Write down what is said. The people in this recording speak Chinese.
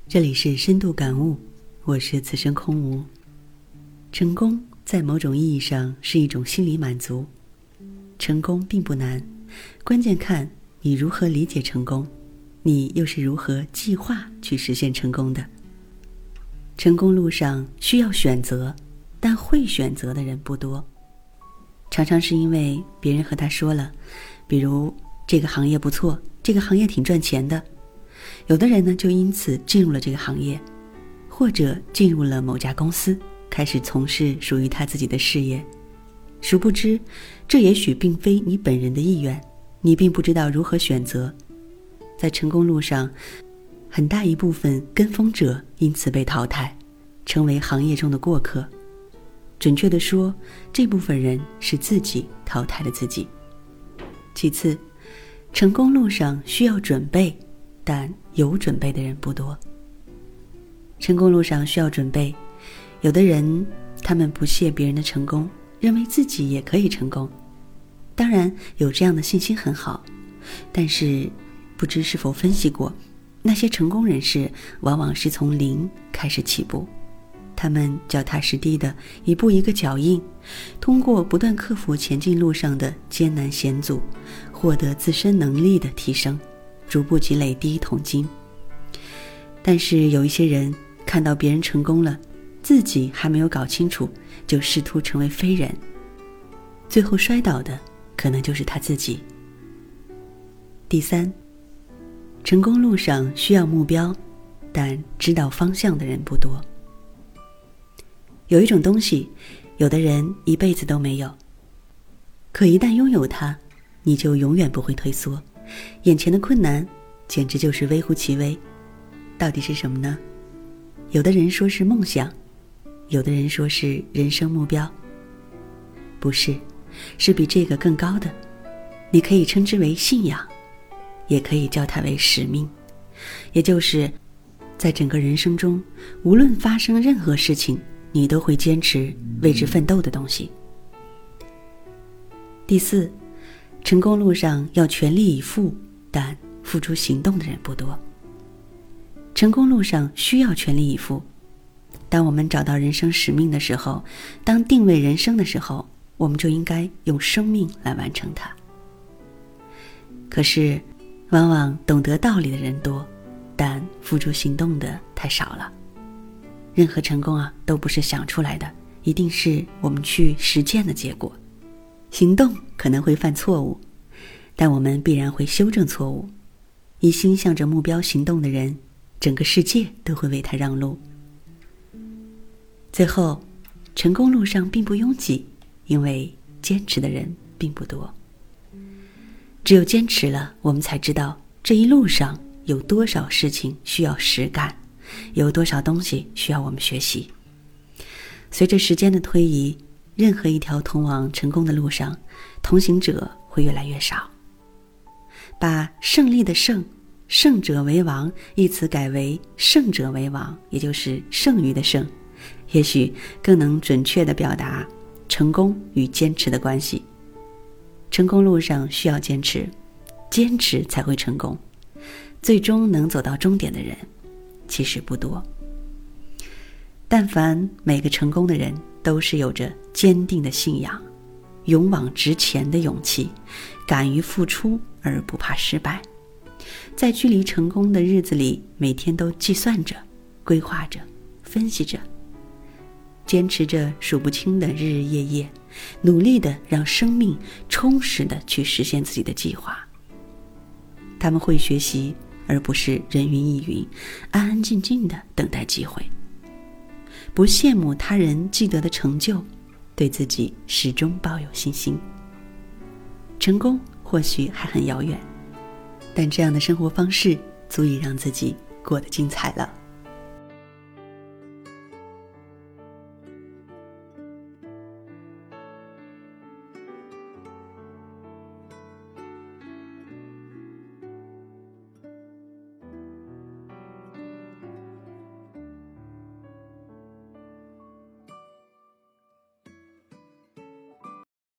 这里是深度感悟，我是此生空无。成功在某种意义上是一种心理满足。成功并不难，关键看你如何理解成功，你又是如何计划去实现成功的。成功路上需要选择，但会选择的人不多。常常是因为别人和他说了，比如这个行业不错，这个行业挺赚钱的，有的人呢就因此进入了这个行业，或者进入了某家公司，开始从事属于他自己的事业。殊不知，这也许并非你本人的意愿，你并不知道如何选择。在成功路上，很大一部分跟风者因此被淘汰，成为行业中的过客。准确地说，这部分人是自己淘汰了自己。其次，成功路上需要准备，但有准备的人不多。成功路上需要准备，有的人他们不屑别人的成功，认为自己也可以成功。当然有这样的信心很好，但是不知是否分析过，那些成功人士往往是从零开始起步，他们脚踏实地的一步一个脚印，通过不断克服前进路上的艰难险阻，获得自身能力的提升，逐步积累第一桶金。但是有一些人看到别人成功了，自己还没有搞清楚，就试图成为飞人，最后摔倒的可能就是他自己。第三，成功路上需要目标，但知道方向的人不多。有一种东西，有的人一辈子都没有，可一旦拥有它，你就永远不会退缩。眼前的困难简直就是微乎其微。到底是什么呢？有的人说是梦想，有的人说是人生目标。不是，是比这个更高的。你可以称之为信仰，也可以叫它为使命。也就是在整个人生中，无论发生任何事情，你都会坚持为之奋斗的东西。第四，成功路上要全力以赴，但付诸行动的人不多。成功路上需要全力以赴。当我们找到人生使命的时候，当定位人生的时候，我们就应该用生命来完成它。可是往往懂得道理的人多，但付诸行动的太少了。任何成功都不是想出来的，一定是我们去实践的结果。行动可能会犯错误，但我们必然会修正错误。一心向着目标行动的人，整个世界都会为他让路。最后，成功路上并不拥挤，因为坚持的人并不多。只有坚持了，我们才知道这一路上有多少事情需要实干，有多少东西需要我们学习。随着时间的推移，任何一条通往成功的路上，同行者会越来越少。把胜利的胜，胜者为王一词改为胜者为王，也就是剩余的胜，也许更能准确地表达成功与坚持的关系。成功路上需要坚持，坚持才会成功。最终能走到终点的人其实不多。但凡每个成功的人都是有着坚定的信仰，勇往直前的勇气，敢于付出而不怕失败，在距离成功的日子里，每天都计算着、规划着、分析着，坚持着数不清的日日夜夜，努力的让生命充实的去实现自己的计划。他们会学习，而不是人云亦云，安安静静的等待机会，不羡慕他人既得的成就，对自己始终抱有信心。成功或许还很遥远，但这样的生活方式足以让自己过得精彩了。